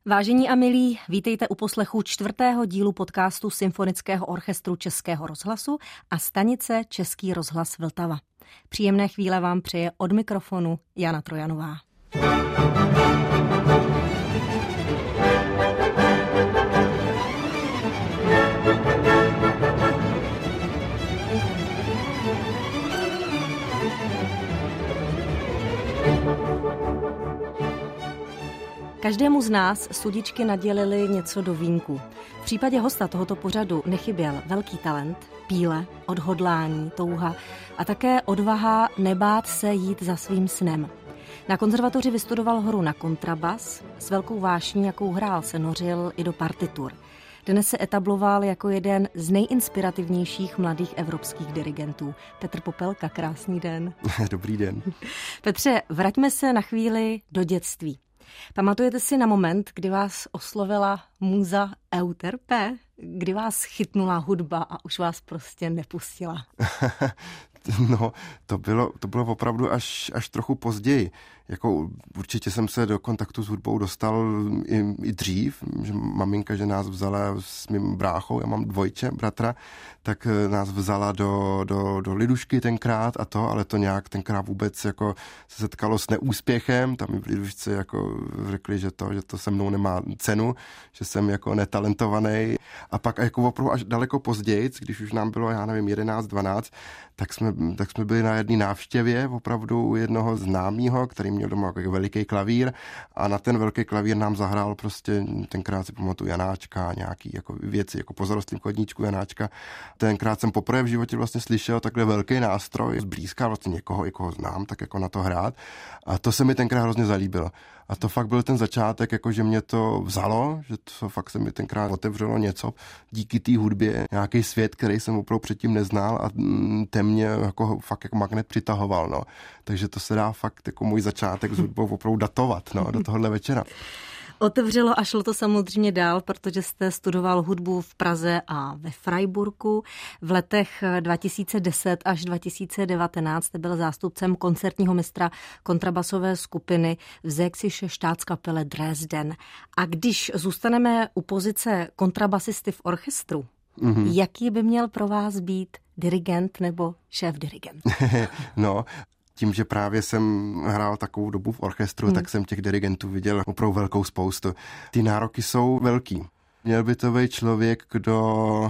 Vážení a milí, vítejte u poslechu 4. dílu podcastu Symfonického orchestru Českého rozhlasu a stanice Český rozhlas Vltava. Příjemné chvíle vám přeje od mikrofonu Jana Trojanová. Každému z nás sudičky nadělily něco do vínku. V případě hosta tohoto pořadu nechyběl velký talent, píle, odhodlání, touha a také odvaha nebát se jít za svým snem. Na konzervatoři vystudoval hru na kontrabas, s velkou vášní, jakou hrál, se nořil i do partitur. Dnes se etabloval jako jeden z nejinspirativnějších mladých evropských dirigentů. Petr Popelka, krásný den. Dobrý den. Petře, vraťme se na chvíli do dětství. Pamatujete si na moment, kdy vás oslovila můza Euterpe? Kdy vás chytnula hudba a už vás prostě nepustila? No, to bylo opravdu až trochu později. Jako určitě jsem se do kontaktu s hudbou dostal i dřív, že maminka, že nás vzala s mým bráchou, já mám dvojče, bratra, tak nás vzala do Lidušky tenkrát a to, ale to nějak tenkrát vůbec jako se setkalo s neúspěchem, tam mi v Lidušce jako řekli, že to se mnou nemá cenu, že jsem jako netalentovaný. A pak jako opravdu až daleko později, když už nám bylo, já nevím, 11, 12, tak jsme byli na jedné návštěvě opravdu u jednoho známého, který měl doma jako veliký klavír a na ten velký klavír nám zahrál prostě, tenkrát si pamatuju Janáčka, nějaký jako věci, jako pozorostlým chodníčku Janáčka. Tenkrát jsem poprvé v životě vlastně slyšel takhle velký nástroj, zblízka vlastně někoho, koho znám, tak jako na to hrát. A to se mi tenkrát hrozně zalíbilo. A to fakt byl ten začátek, jako že mě to vzalo, že to fakt se mi tenkrát otevřelo něco díky té hudbě, nějaký svět, který jsem opravdu předtím neznal a ten mě jako fakt jako magnet přitahoval, no. Takže to se dá fakt jako můj začátek s hudbou opravdu datovat, no, do tohohle večera. Otevřelo a šlo to samozřejmě dál, protože jste studoval hudbu v Praze a ve Freiburgu. V letech 2010 až 2019 jste byl zástupcem koncertního mistra kontrabasové skupiny v Sächsische Staatskapelle Dresden. A když zůstaneme u pozice kontrabasisty v orchestru, jaký by měl pro vás být dirigent nebo šéf-dirigent? No, tím, že právě jsem hrál takovou dobu v orchestru, tak jsem těch dirigentů viděl opravdu velkou spoustu. Ty nároky jsou velký. Měl by to být člověk, kdo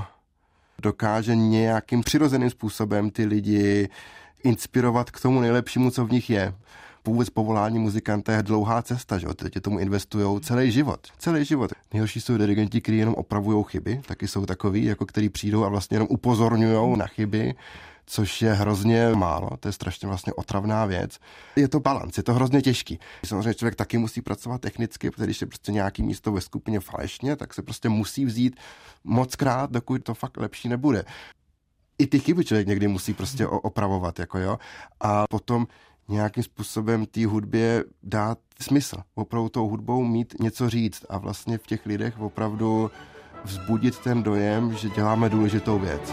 dokáže nějakým přirozeným způsobem ty lidi inspirovat k tomu nejlepšímu, co v nich je. Vůbec povolání muzikanta je dlouhá cesta, že? Teď tomu investujou celý život. Nejhorší jsou dirigenti, kteří jenom opravujou chyby, taky jsou takový, jako který přijdou a vlastně jenom upozorňují na chyby, což je hrozně málo, to je strašně vlastně otravná věc. Je to balanc, je to hrozně těžký. Samozřejmě člověk taky musí pracovat technicky, protože když je prostě nějaký místo ve skupině falešně, tak se prostě musí vzít mockrát, dokud to fakt lepší nebude. I ty chyby člověk někdy musí prostě opravovat, jako jo. A potom nějakým způsobem té hudbě dát smysl. Opravdu tou hudbou mít něco říct a vlastně v těch lidech opravdu vzbudit ten dojem, že děláme důležitou věc.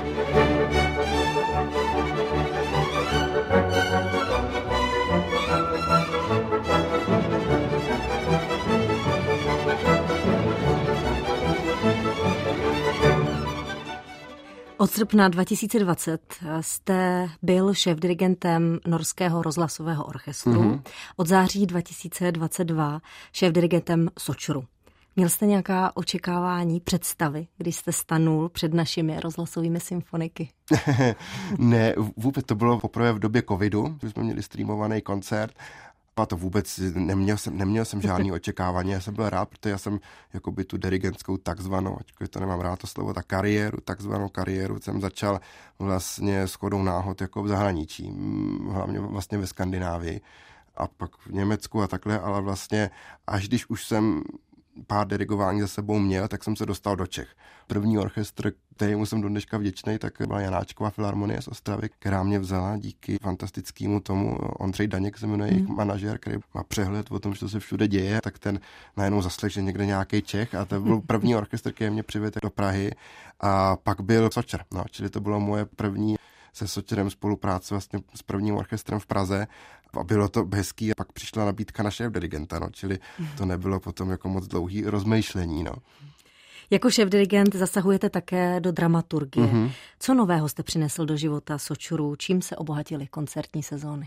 Od srpna 2020 jste byl šéfdirigentem Norského rozhlasového orchestru. Od září 2022 šéfdirigentem Sočru. Měl jste nějaká očekávání, představy, když jste stanul před našimi rozhlasovými symfoniky? Ne, vůbec to bylo poprvé v době covidu, že jsme měli streamovaný koncert. A to vůbec neměl jsem žádný očekávání. Já jsem byl rád, protože já jsem jakoby tu dirigentskou takzvanou, ačkoliv to nemám rád to slovo, takzvanou kariéru jsem začal vlastně shodou náhod jako v zahraničí, hlavně vlastně ve Skandinávii a pak v Německu a takhle, ale vlastně až když už jsem pár dirigování za sebou měl, tak jsem se dostal do Čech. První orchestr, kterému jsem do dneška vděčný, tak byla Janáčkova filharmonie z Ostravy, která mě vzala díky fantastickému tomu. Ondřej Daněk se jmenuje jejich manažer, který má přehled o tom, že to se všude děje, tak ten najednou zaslech, že někde nějaký Čech a to byl první orchestr, který mě přivedl do Prahy a pak byl Sočr, no, čili to bylo moje první se Sočerem spolupráce vlastně s prvním orchestrem v Praze a bylo to hezký a pak přišla nabídka na šéfdirigenta, no, čili to nebylo potom jako moc dlouhý rozmýšlení, no. Jako šéfdirigent zasahujete také do dramaturgie. Co nového jste přinesl do života Sočurů? Čím se obohatily koncertní sezóny?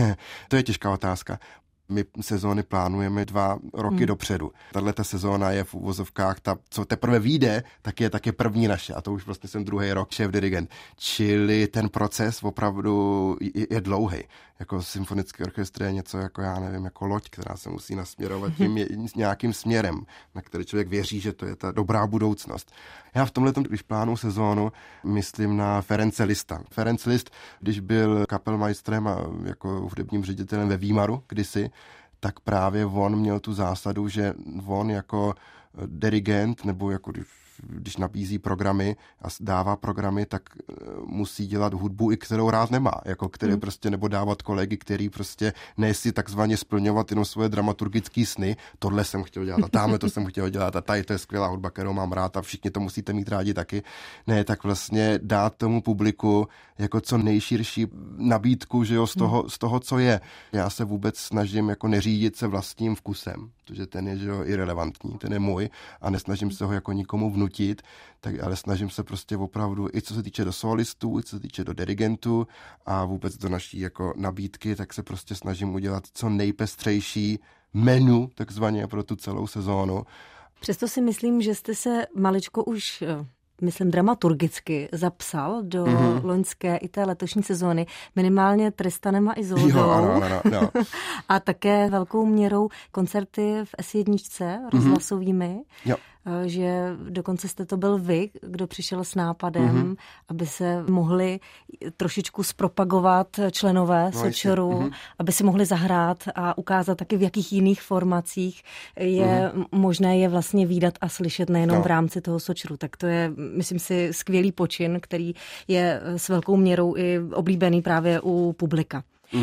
To je těžká otázka. My sezóny plánujeme 2 roky dopředu. Tato sezóna je v uvozovkách, co teprve vyjde, tak je první naše. A to už vlastně jsem 2. rok šéfdirigent. Čili ten proces opravdu je dlouhý. Jako symfonický orchestr je něco jako, já nevím, jako loď, která se musí nasměrovat tím nějakým směrem, na který člověk věří, že to je ta dobrá budoucnost. Já v tomhletom, když plánuju sezónu, myslím na Ference Lista. Ferenc Liszt, když byl kapelmeistrem a jako hudebním ředitelem ve Výmaru kdysi, tak právě on měl tu zásadu, že on jako dirigent nebo jako když nabízí programy a dává programy, tak musí dělat hudbu, i kterou rád nemá, jako které prostě, nebo dávat kolegy, který prostě nejsi takzvaně splňovat jenom svoje dramaturgické sny, tohle jsem chtěl dělat a tamhle to jsem chtěl dělat a tady to je skvělá hudba, kterou mám rád a všichni to musíte mít rádi taky. Ne, tak vlastně dát tomu publiku jako co nejširší nabídku, že jo, z toho, co je. Já se vůbec snažím jako neřídit se vlastním vkusem, protože ten je, že jo, irelevantní, ten je můj a nesnažím se ho jako nikomu vnutit, ale snažím se prostě opravdu, i co se týče do solistů, i co se týče do dirigentů a vůbec do naší jako nabídky, tak se prostě snažím udělat co nejpestřejší menu, takzvaně pro tu celou sezónu. Přesto si myslím, že jste se maličko už dramaturgicky zapsal do loňské i té letošní sezóny, minimálně Tristanem a Izolou. Jo, ano. A také velkou měrou koncerty v S1 rozhlasovými. Jo. Že dokonce jste to byl vy, kdo přišel s nápadem, aby se mohli trošičku zpropagovat členové Sočoru, aby si mohli zahrát a ukázat taky, v jakých jiných formacích je možné je vlastně vídat a slyšet nejenom v rámci toho Sočoru. Tak to je, myslím si, skvělý počin, který je s velkou měrou i oblíbený právě u publika.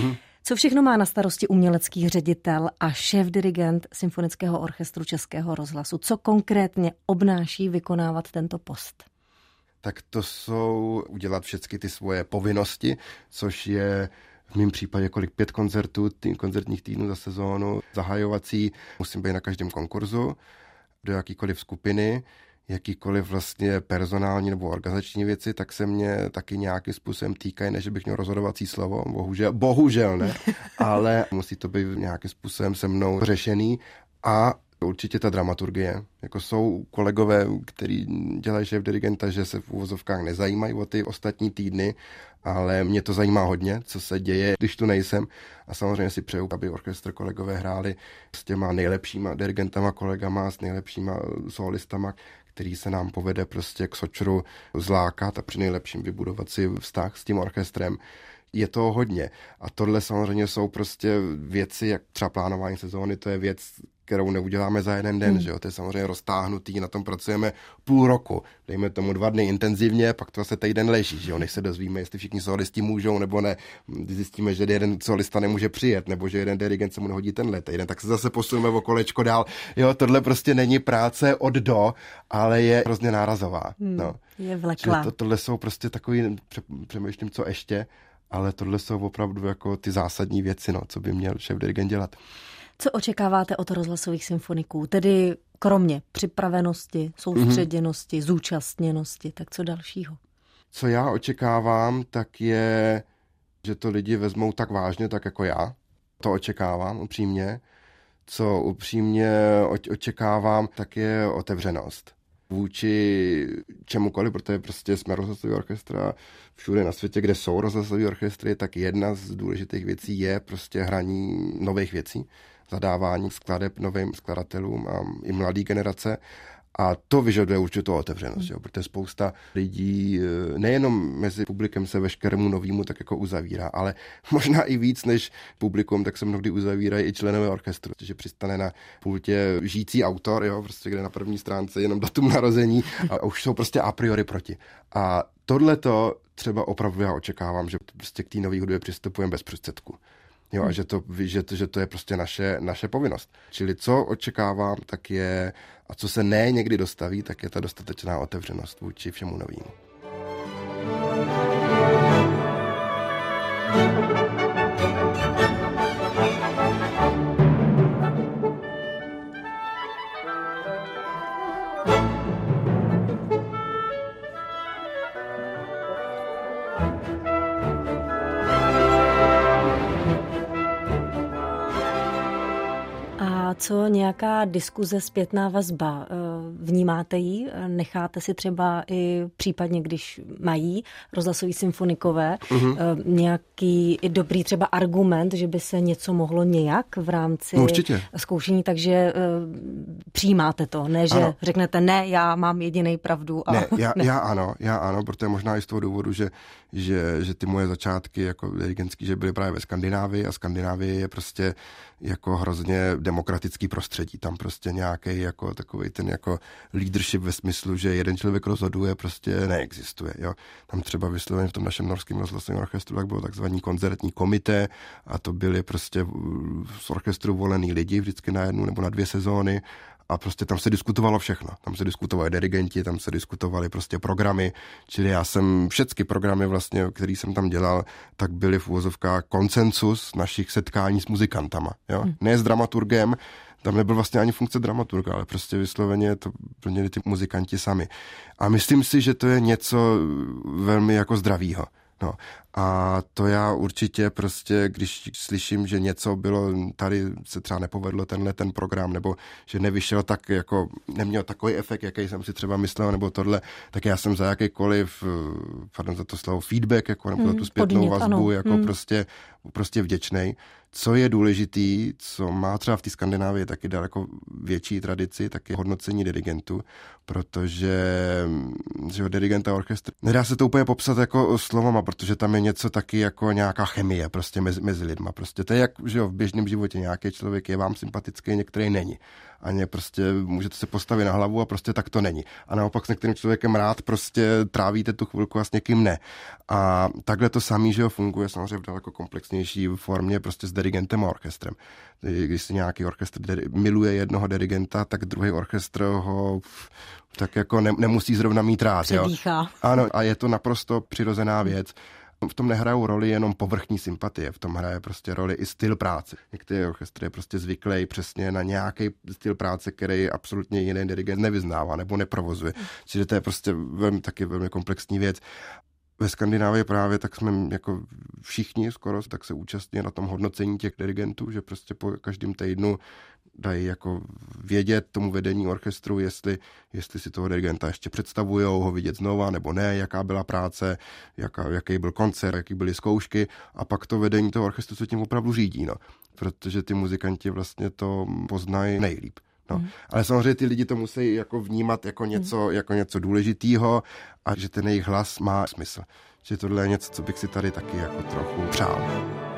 Co všechno má na starosti umělecký ředitel a šéfdirigent Symfonického orchestru Českého rozhlasu? Co konkrétně obnáší vykonávat tento post? Tak to jsou udělat všechny ty svoje povinnosti, což je v mém případě 5 koncertů, koncertních týdnů za sezónu, zahajovací, musím být na každém konkurzu, do jakýkoliv skupiny, jakýkoliv vlastně personální nebo organizační věci, tak se mě taky nějakým způsobem týkají, než bych měl rozhodovací slovo, bohužel ne, ale musí to být nějakým způsobem se mnou řešený a určitě ta dramaturgie. Jako jsou kolegové, kteří dělají šéfdirigenta, že se v uvozovkách nezajímají o ty ostatní týdny, ale mě to zajímá hodně, co se děje, když tu nejsem. A samozřejmě si přeju, aby orchestr kolegové hráli s těma nejlepšíma dirigentama, kolegama, s nejlepšíma solistama, který se nám povede prostě k Sočru zlákat a při nejlepším vybudovat si vztah s tím orchestrem. Je to hodně. A tohle samozřejmě jsou prostě věci, jak třeba plánování sezóny, to je věc, kterou neuděláme za jeden den, že jo? To je samozřejmě roztáhnutý, na tom pracujeme půl roku. Dejme tomu 2 dny intenzivně, pak to se týden leží, že jo? Než se dozvíme, jestli všichni solisti můžou nebo ne. Zjistíme, že jeden solista nemůže přijet, nebo že jeden dirigent se mu nehodí tenhle týden, tak se zase posuneme o kolečko dál. Jo, tohle prostě není práce od do, ale je hrozně nárazová. No. Je vleklá. Tohle jsou prostě takový, přemýšlím, co ještě, ale tohle jsou opravdu jako ty zásadní věci, no, co by měl šéfdirigent dělat. Co očekáváte od rozhlasových symfoniků? Tedy kromě připravenosti, soustředěnosti, zúčastněnosti, tak co dalšího? Co já očekávám, tak je, že to lidi vezmou tak vážně, tak jako já. To očekávám upřímně. Co upřímně očekávám, tak je otevřenost vůči čemukoliv, protože prostě jsme rozhlasový orchestr a všude na světě, kde jsou rozhlasový orchestry, tak jedna z důležitých věcí je prostě hraní nových věcí, zadávání skladeb novým skladatelům a i mladý generace. A to vyžaduje určitou otevřenost, jo, protože spousta lidí nejenom mezi publikem se veškerému novému tak jako uzavírá, ale možná i víc než publikum, tak se mnohdy uzavírají i členové orchestru, že přistane na pultě žijící autor, jo, prostě kde na první stránce jenom datum narození a už jsou prostě a priori proti. A tohleto třeba opravdu já očekávám, že prostě k té nové hudbě přistupujeme bez prostředku. Jo, a že to je prostě naše povinnost. Čili co očekávám, tak je, a co se ne někdy dostaví, tak je ta dostatečná otevřenost vůči všemu novému. Co nějaká diskuze, zpětná vazba? Vnímáte ji? Necháte si třeba i případně, když mají rozhlasoví symfonikové, nějaký dobrý třeba argument, že by se něco mohlo nějak v rámci zkoušení, takže přijímáte to, ne, že řeknete ne, já mám jedinej pravdu. A ne, já ano, protože možná i z toho důvodu, že ty moje začátky jako dirigentský, že byly právě ve Skandinávii a Skandinávie je prostě jako hrozně demokratický prostředí. Tam prostě nějaký jako takový ten jako leadership ve smyslu, že jeden člověk rozhoduje, prostě neexistuje. Jo. Tam třeba vysloveně v tom našem norském rozhlasovém orchestru tak bylo takzvaný koncertní komité a to byly prostě z orchestru volený lidi vždycky na jednu nebo na 2 sezóny. A prostě tam se diskutovalo všechno. Tam se diskutovali dirigenti, tam se diskutovali prostě programy, čili já jsem všechny programy vlastně, který jsem tam dělal, tak byly v uvozovkách konsensus našich setkání s muzikantama. Jo? Ne s dramaturgem, tam nebyl vlastně ani funkce dramaturga, ale prostě vysloveně to plnili ty muzikanti sami. A myslím si, že to je něco velmi jako zdravýho. No. A to já určitě prostě, když slyším, že něco bylo, tady se třeba nepovedlo ten program, nebo že nevyšel tak jako, neměl takový efekt, jaký jsem si třeba myslel, nebo tohle, tak já jsem za jakýkoliv, pardon za to slovo, feedback, jako, nebo za tu zpětnou vazbu, jako prostě vděčnej. Co je důležitý, co má třeba v té Skandinávii taky daleko větší tradici, tak je hodnocení dirigentů, protože dirigent a orchestr, nedá se to úplně popsat jako slovama, protože tam je něco taky jako nějaká chemie prostě mezi lidma. Prostě to je jak, že jo, v běžném životě nějaký člověk je vám sympatický, některý není. A ne prostě můžete se postavit na hlavu a prostě tak to není. A naopak s některým člověkem rád prostě trávíte tu chvilku a s někým ne. A takhle to samý, že jo, funguje samozřejmě v daleko komplexnější formě prostě s dirigentem a orchestrem. Když si nějaký orchestr miluje jednoho dirigenta, tak druhý orchestr ho tak jako nemusí zrovna mít rád. Předýchá. Jo? Ano, a je to naprosto přirozená věc. V tom nehrajou roli jenom povrchní sympatie, v tom hraje prostě roli i styl práce. Některý orchestr je prostě zvyklý přesně na nějaký styl práce, který absolutně jiný dirigent nevyznává nebo neprovozuje. Čili to je prostě taky velmi komplexní věc. Ve Skandinávii právě tak jsme jako všichni skoro tak se účastní na tom hodnocení těch dirigentů, že prostě po každém týdnu dají jako vědět tomu vedení orchestru, jestli si toho dirigenta ještě představujou, ho vidět znova nebo ne, jaká byla práce, jaký byl koncert, jaký byly zkoušky a pak to vedení toho orchestru se tím opravdu řídí, no. Protože ty muzikanti vlastně to poznají nejlíp. No. Ale samozřejmě ty lidi to musí jako vnímat jako něco důležitýho a že ten jejich hlas má smysl. Že tohle je něco, co bych si tady taky jako trochu přál.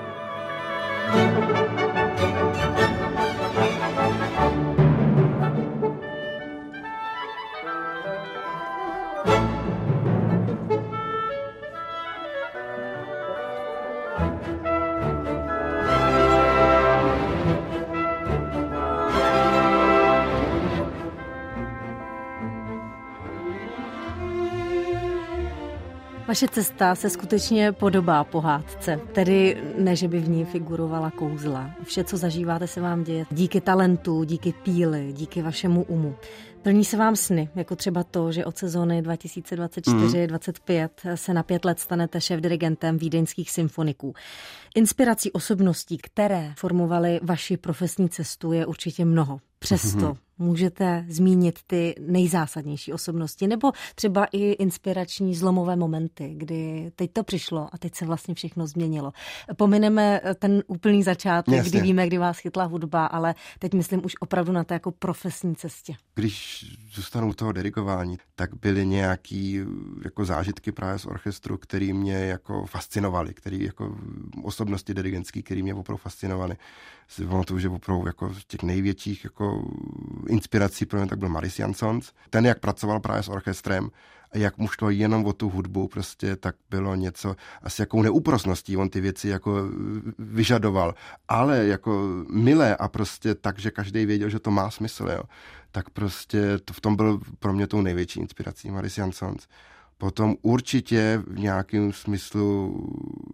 Vaše cesta se skutečně podobá pohádce, tedy ne, že by v ní figurovala kouzla. Vše, co zažíváte, se vám děje díky talentu, díky píli, díky vašemu umu. Plní se vám sny, jako třeba to, že od sezóny 2024-25 se na 5 let stanete šéfdirigentem vídeňských symfoniků. Inspirací osobností, které formovaly vaši profesní cestu, je určitě mnoho. Přesto můžete zmínit ty nejzásadnější osobnosti nebo třeba i inspirační zlomové momenty, kdy teď to přišlo a teď se vlastně všechno změnilo. Pomineme ten úplný začátek, Jasně. Kdy víme, kdy vás chytla hudba, ale teď myslím už opravdu na té jako profesní cestě. Když zůstanu u toho dirigování, tak byly nějaký jako zážitky právě z orchestru, který mě jako fascinovaly, který jako osobnosti dirigentský, který mě opravdu fascinovaly. Si pamatuju, že opravdu jako z těch největších jako inspirací pro mě tak byl Mariss Jansons. Ten, jak pracoval právě s orchestrem a jak mu šlo jenom o tu hudbu, prostě tak bylo něco, asi jakou neúprosností on ty věci jako vyžadoval, ale jako milé a prostě tak, že každý věděl, že to má smysl, jo. Tak prostě to v tom byl pro mě tou největší inspirací Mariss Jansons. Potom určitě v nějakém smyslu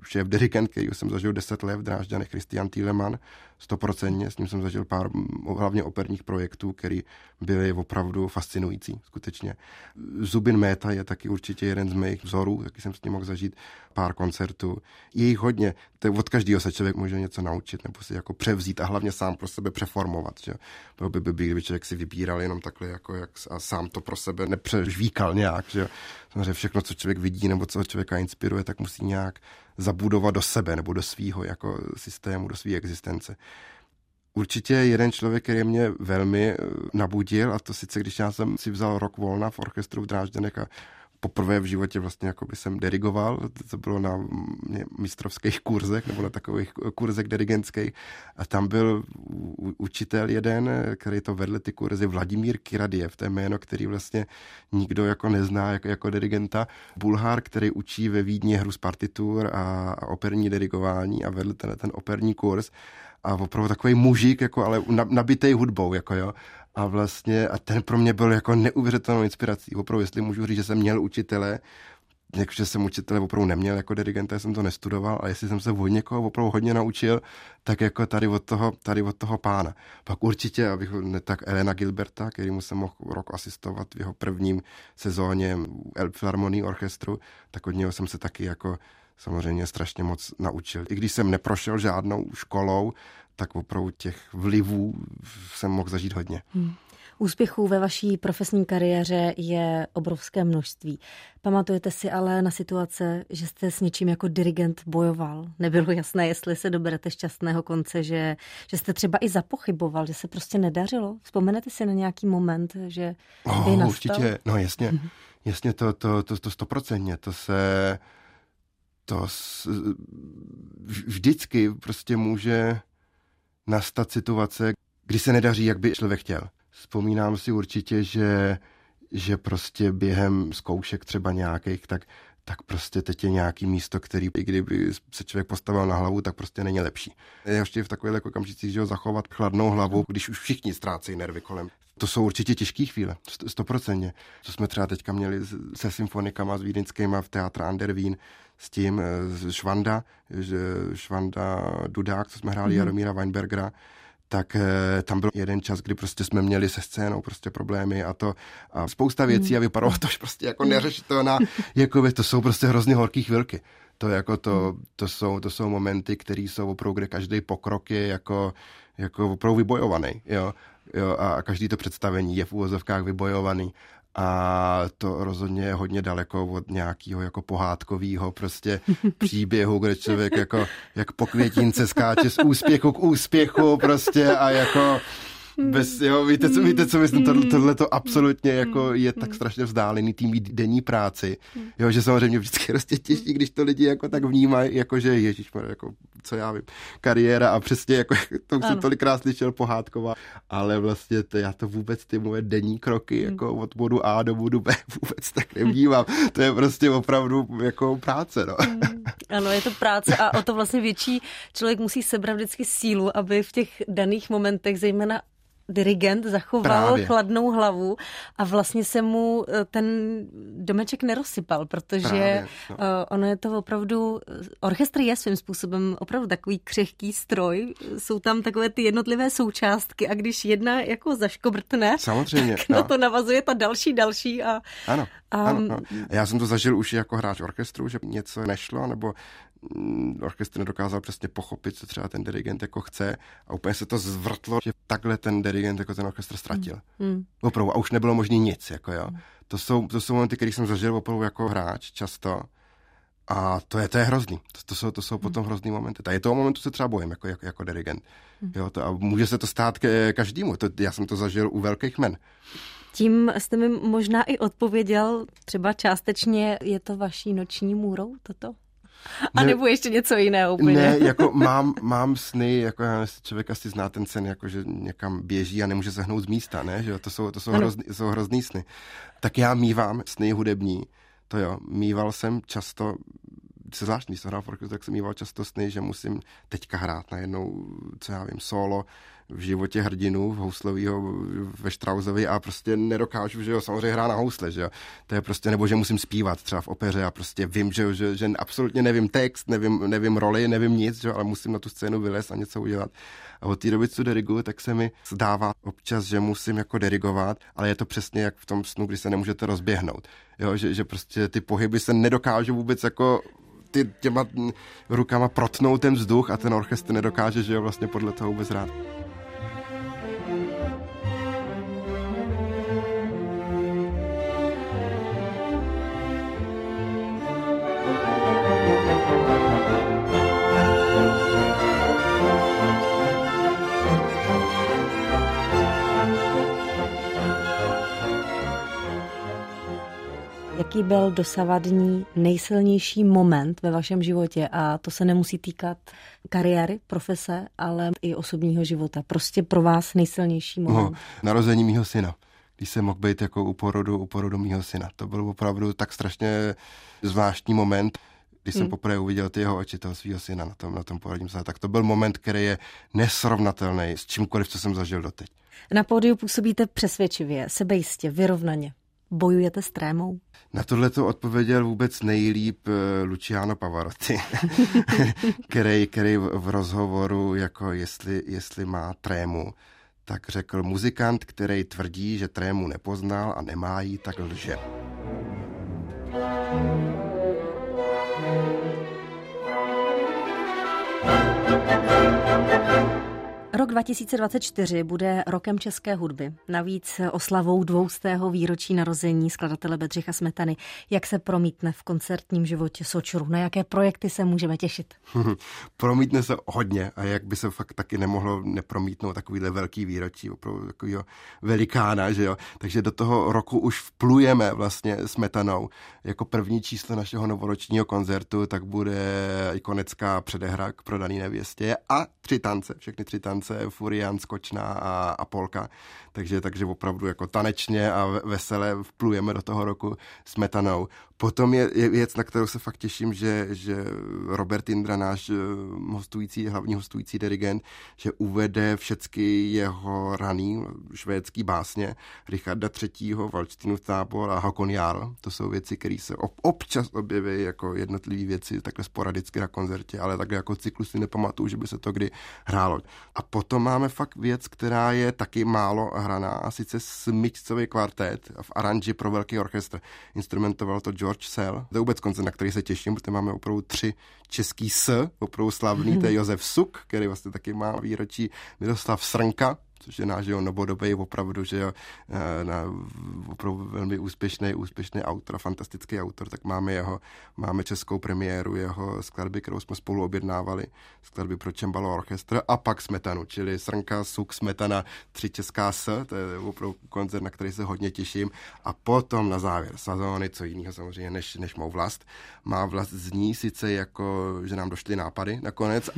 šéf dirigent, který jsem zažil 10 let v Drážďanech, Christian Thielemann, 100%, s ním jsem zažil pár hlavně operních projektů, které byly opravdu fascinující, skutečně. Zubin Mehta je taky určitě jeden z mých vzorů, taky jsem s ním mohl zažít pár koncertů. Je jich hodně, to od každého se člověk může něco naučit, nebo si jako převzít a hlavně sám pro sebe přeformovat. Že? Bylo by blbý, kdyby člověk si vybíral jenom takhle jako jak, a sám to pro sebe nepřežvíkal nějak. Že? Samozřejmě všechno, co člověk vidí nebo co člověka inspiruje, tak musí nějak zabudovat do sebe nebo do svýho jako systému, do své existence. Určitě jeden člověk, který mě velmi nabudil, a to sice, když já jsem si vzal rok volna v orchestru v Drážďanech a poprvé v životě vlastně jako by jsem dirigoval, to bylo na mistrovských kurzech nebo na takových kurzech dirigentských a tam byl učitel jeden, který to vedl ty kurzy, Vladimír Kiradiev, to je jméno, který vlastně nikdo jako nezná jako dirigenta, Bulhár, který učí ve Vídni hru z partitur a operní dirigování a vedl ten operní kurz a opravdu takový mužík, jako, ale nabitej hudbou, jako jo. A vlastně, a ten pro mě byl jako neuvěřitelnou inspirací. Opravdu, jestli můžu říct, že jsem měl učitele, jakože jsem učitele opravdu neměl jako dirigenta, jsem to nestudoval, a jestli jsem se od někoho opravdu hodně naučil, tak jako tady od toho pána. Pak určitě, abych tak Elena Gilberta, kterýmu jsem mohl rok asistovat v jeho prvním sezóně Elbphilharmonie orchestru, tak od něho jsem se taky jako samozřejmě strašně moc naučil. I když jsem neprošel žádnou školou, tak opravdu těch vlivů jsem mohl zažít hodně. Úspěchů ve vaší profesní kariéře je obrovské množství. Pamatujete si ale na situace, že jste s něčím jako dirigent bojoval? Nebylo jasné, jestli se doberete šťastného konce, že jste třeba i zapochyboval, že se prostě nedařilo? Vzpomenete si na nějaký moment, že by nastal? Určitě, no jasně. Jasně, to 100%. Vždycky prostě může nastat situace, kdy se nedaří, jak by člověk chtěl. Vzpomínám si určitě, že prostě během zkoušek třeba nějakých, tak prostě teď je nějaký místo, který, i kdyby se člověk postavil na hlavu, tak prostě není lepší. Ještě v takových okamžicích, že ho zachovat chladnou hlavu, když už všichni ztrácejí nervy kolem. To jsou určitě těžké chvíle, 100%. Co jsme třeba teďka měli se symfonikama, s vídeňskýma v Teatr an der Wien, s tím Švanda Dudák, co jsme hráli Jaromíra Weinbergera, tak tam byl jeden čas, kdy prostě jsme měli se scénou prostě problémy a spousta věcí a vypadalo to prostě jako neřešitelná, jako to jsou prostě hrozně horký chvilky. To jsou momenty, které jsou opravdu, kde každý pokrok je jako opravdu vybojovaný, jo, a každý to představení je v úvozovkách vybojovaný. A to rozhodně je hodně daleko od nějakého jako pohádkového prostě příběhu, kde člověk jako jak po květince skáče z úspěchu k úspěchu prostě a jako víte, co myslím, tohle to absolutně jako je tak strašně vzdálený tým denní práci, jo, že samozřejmě vždycky prostě těžší, když to lidi jako tak vnímají, jako že ježišmarja, jako co já vím, kariéra a přesně jako to jsem tolikrát slyšel pohádková, ale vlastně já to vůbec ty moje denní kroky jako od bodu A do bodu B vůbec tak nevnímám. To je prostě opravdu jako práce, no. Ano, je to práce a o to vlastně větší člověk musí sebrat vždycky sílu, aby v těch daných momentech, zejména dirigent, zachoval chladnou hlavu a vlastně se mu ten domeček nerozsypal, protože ono je to opravdu, orchestr je svým způsobem opravdu takový křehký stroj, jsou tam takové ty jednotlivé součástky a když jedna jako zaškobrtne, samozřejmě, tak na to navazuje ta další a... Ano. Já jsem to zažil už jako hráč orchestru, že něco nešlo, nebo orchestr nedokázal přesně pochopit, co třeba ten dirigent jako chce a úplně se to zvrtlo, že takhle ten dirigent jako ten orchestr ztratil. Opravdu, a už nebylo možný nic, jako jo. To jsou momenty, které jsem zažil opravdu jako hráč často a to je hrozný. To jsou potom hrozný momenty. A je toho momentu se třeba bojím jako dirigent. Jo, a může se to stát každému. Já jsem to zažil u velkých men. Tím jste mi možná i odpověděl, třeba částečně je to vaší noční můrou toto? A nebo ještě něco jiného úplně? Ne, jako mám sny, jako člověk asi zná ten sen, jako že někam běží a nemůže se hnout z místa, ne? Že to jsou hrozný sny. Tak já mívám sny hudební, to jo, míval jsem často, se zvláštní, když jsem hrál v orchestru, tak jsem míval často sny, že musím teďka hrát najednou, co já vím, solo v životě hrdinu houslovýho ve Straussovi a prostě nedokážu, že jo, samozřejmě hrát na housle, že jo. To je prostě, nebo že musím zpívat třeba v opeře a prostě vím, že absolutně nevím text, nevím roli, nevím nic, že jo, ale musím na tu scénu vylézt a něco udělat. A od té doby, co diriguju, tak se mi zdává občas, že musím jako dirigovat, ale je to přesně jak v tom snu, kdy se nemůžete rozběhnout. Jo, že prostě ty pohyby se nedokážou vůbec jako těma rukama protnout ten vzduch a ten orchestr nedokáže, že jo, vlastně podle toho vůbec hrát. Jaký byl dosavadní nejsilnější moment ve vašem životě? A to se nemusí týkat kariéry, profese, ale i osobního života. Prostě pro vás nejsilnější moment. Narození mýho syna. Když jsem mohl být jako u porodu mýho syna. To byl opravdu tak strašně zvláštní moment, když jsem poprvé uviděl ty jeho oči, toho svého syna na tom porodním sále. Tak to byl moment, který je nesrovnatelný s čímkoliv, co jsem zažil doteď. Na pódiu působíte přesvědčivě, sebejistě, vyrovnaně. Bojujete s trémou? Na tohle to odpověděl vůbec nejlíp Luciano Pavarotti, který v rozhovoru, jako jestli má trému, tak řekl: muzikant, který tvrdí, že trému nepoznal a nemá jí, tak lže. Rok 2024 bude rokem české hudby. Navíc oslavou 200. výročí narození skladatele Bedřicha Smetany. Jak se promítne v koncertním životě Sočuru? Na jaké projekty se můžeme těšit? Promítne se hodně a jak by se fakt taky nemohlo nepromítnout takovýhle velký výročí, opravdu takovýho velikána, že jo. Takže do toho roku už vplujeme vlastně Smetanou. Jako první číslo našeho novoročního koncertu tak bude ikonecká předehra k Prodaný nevěstě a 3 tance, všechny 3 tance, Furian, Skočná a Polka. Takže opravdu jako tanečně a veselé vplujeme do toho roku Smetanou. Potom je věc, na kterou se fakt těším, že Robert Jindra, náš hlavní hostující dirigent, že uvede všechny jeho raný švédský básně Richarda III., Waldsteinův tábor a Hakon Jarl. To jsou věci, které se občas objeví jako jednotlivé věci, takhle sporadicky na koncertě, ale takhle jako cyklus si nepamatuju, že by se to kdy hrálo. A potom máme fakt věc, která je taky málo hraná, a sice smyčcový kvartet v aranži pro velký orchestr. Instrumentoval to George Sell. To je vůbec koncert, na který se těším, protože máme opravdu 3 český opravdu slavný, to je Josef Suk, který vlastně taky má výročí, Miroslav Srnka, což je náš novodobý opravdu, že jo, opravdu velmi úspěšný autor, fantastický autor, tak máme českou premiéru jeho skladby, kterou jsme spolu objednávali, skladby pro cembalo orchestr a pak Smetanu, čili Srnka, Suk, Smetana, 3 česká to je opravdu koncert, na který se hodně těším a potom na závěr sezóny, co jiného samozřejmě než Mou vlast. Má vlast zní sice jako, že nám došly nápady nakonec,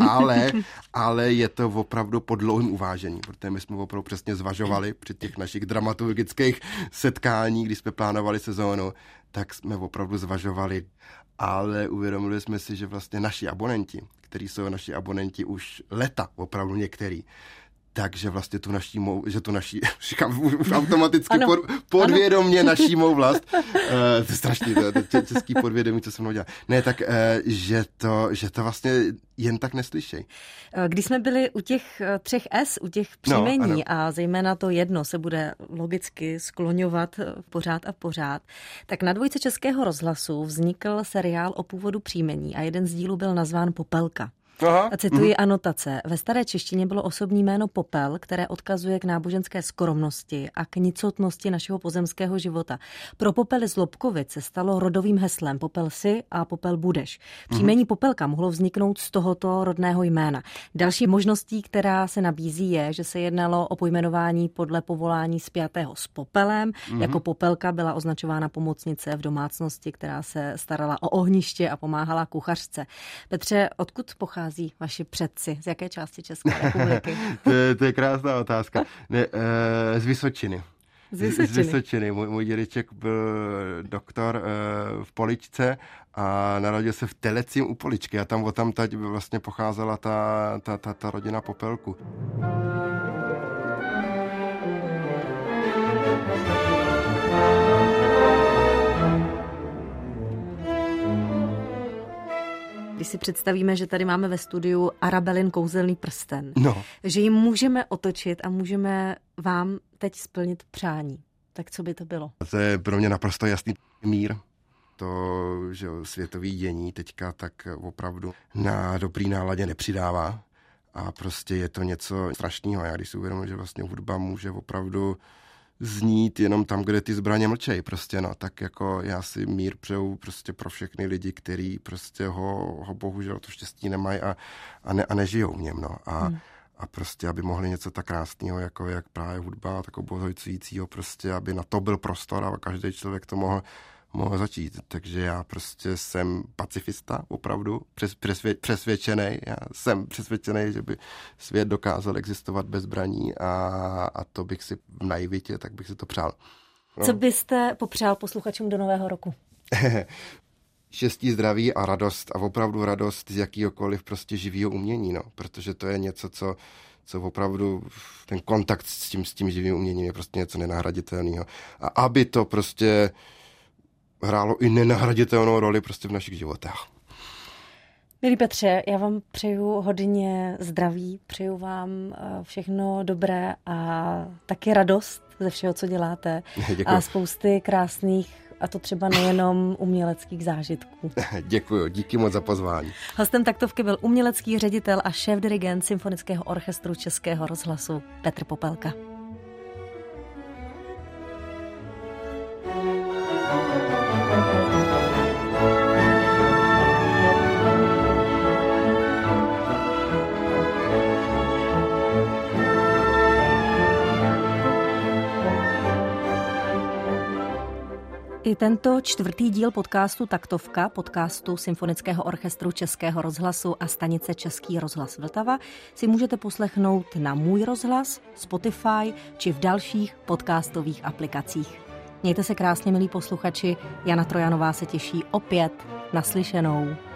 ale je to opravdu po dlouhém uvážení, protože my jsme opravdu přesně zvažovali při těch našich dramaturgických setkáních, když jsme plánovali sezónu, tak jsme opravdu zvažovali, ale uvědomili jsme si, že vlastně naši abonenti, kteří jsou naši abonenti už leta, opravdu některý, takže vlastně tu naší, říkám už automaticky podvědomě naší Mou vlast, to je strašný, to český podvědomí, co se mnou dělá. Ne, tak, že to vlastně jen tak neslyšej. Když jsme byli u těch 3 S, u těch příjmení a zejména to jedno se bude logicky skloňovat pořád, tak na 2 Českého rozhlasu vznikl seriál o původu příjmení a jeden z dílů byl nazván Popelka. Aha. A cituji anotace. Ve staré češtině bylo osobní jméno Popel, které odkazuje k náboženské skromnosti a k nicotnosti našeho pozemského života. Pro Popely z Lobkovic se stalo rodovým heslem Popel si a Popel budeš. Příjmení Popelka mohlo vzniknout z tohoto rodného jména. Další možností, která se nabízí, je, že se jednalo o pojmenování podle povolání spjatého s popelem. Jako Popelka byla označována pomocnice v domácnosti, která se starala o ohniště a pomáhala kuchařce. Petře, odkud pochází vaši předci? Z jaké části České republiky? To je krásná otázka. Ne, z Vysočiny. Z Vysočiny. Můj dědeček byl doktor v Poličce a narodil se v Telecím u Poličky a tam odtamtud vlastně pocházela ta rodina Popelku. si představíme, že tady máme ve studiu Arabelin kouzelný prsten, No. že ji můžeme otočit a můžeme vám teď splnit přání. Tak co by to bylo? To je pro mě naprosto jasný mír. To, že světový dění teďka tak opravdu na dobrý náladě nepřidává. A prostě je to něco strašného. Já když si uvědomuji, že vlastně hudba může opravdu znít jenom tam, kde ty zbraně mlčej. Prostě no, tak jako já si mír přeju prostě pro všechny lidi, kteří prostě ho bohužel to štěstí nemají a nežijou v něm. No. A prostě, aby mohli něco tak krásného, jako jak právě hudba, tak obohacujícího, prostě, aby na to byl prostor a každý člověk to mohl začít. Takže já prostě jsem pacifista, opravdu, přesvědčený. Já jsem přesvědčený, že by svět dokázal existovat bez zbraní a to bych si v naivitě, tak bych si to přál. No. Co byste popřál posluchačům do nového roku? Štěstí, zdraví a radost. A opravdu radost z jakýhokoliv prostě živého umění, no. Protože to je něco, co opravdu ten kontakt s tím živým uměním je prostě něco nenahraditelného. A aby to prostě hrálo i nenahraditelnou roli prostě v našich životech. Milí Petře, já vám přeju hodně zdraví, přeju vám všechno dobré a taky radost ze všeho, co děláte. Děkuji. A spousty krásných, a to třeba nejenom uměleckých zážitků. Děkuji, díky moc za pozvání. Hostem taktovky byl umělecký ředitel a šéfdirigent Symfonického orchestru Českého rozhlasu Petr Popelka. I tento čtvrtý díl podcastu Taktovka, podcastu Symfonického orchestru Českého rozhlasu a stanice Český rozhlas Vltava, si můžete poslechnout na Můj rozhlas, Spotify či v dalších podcastových aplikacích. Mějte se krásně, milí posluchači, Jana Trojanová se těší opět naslyšenou.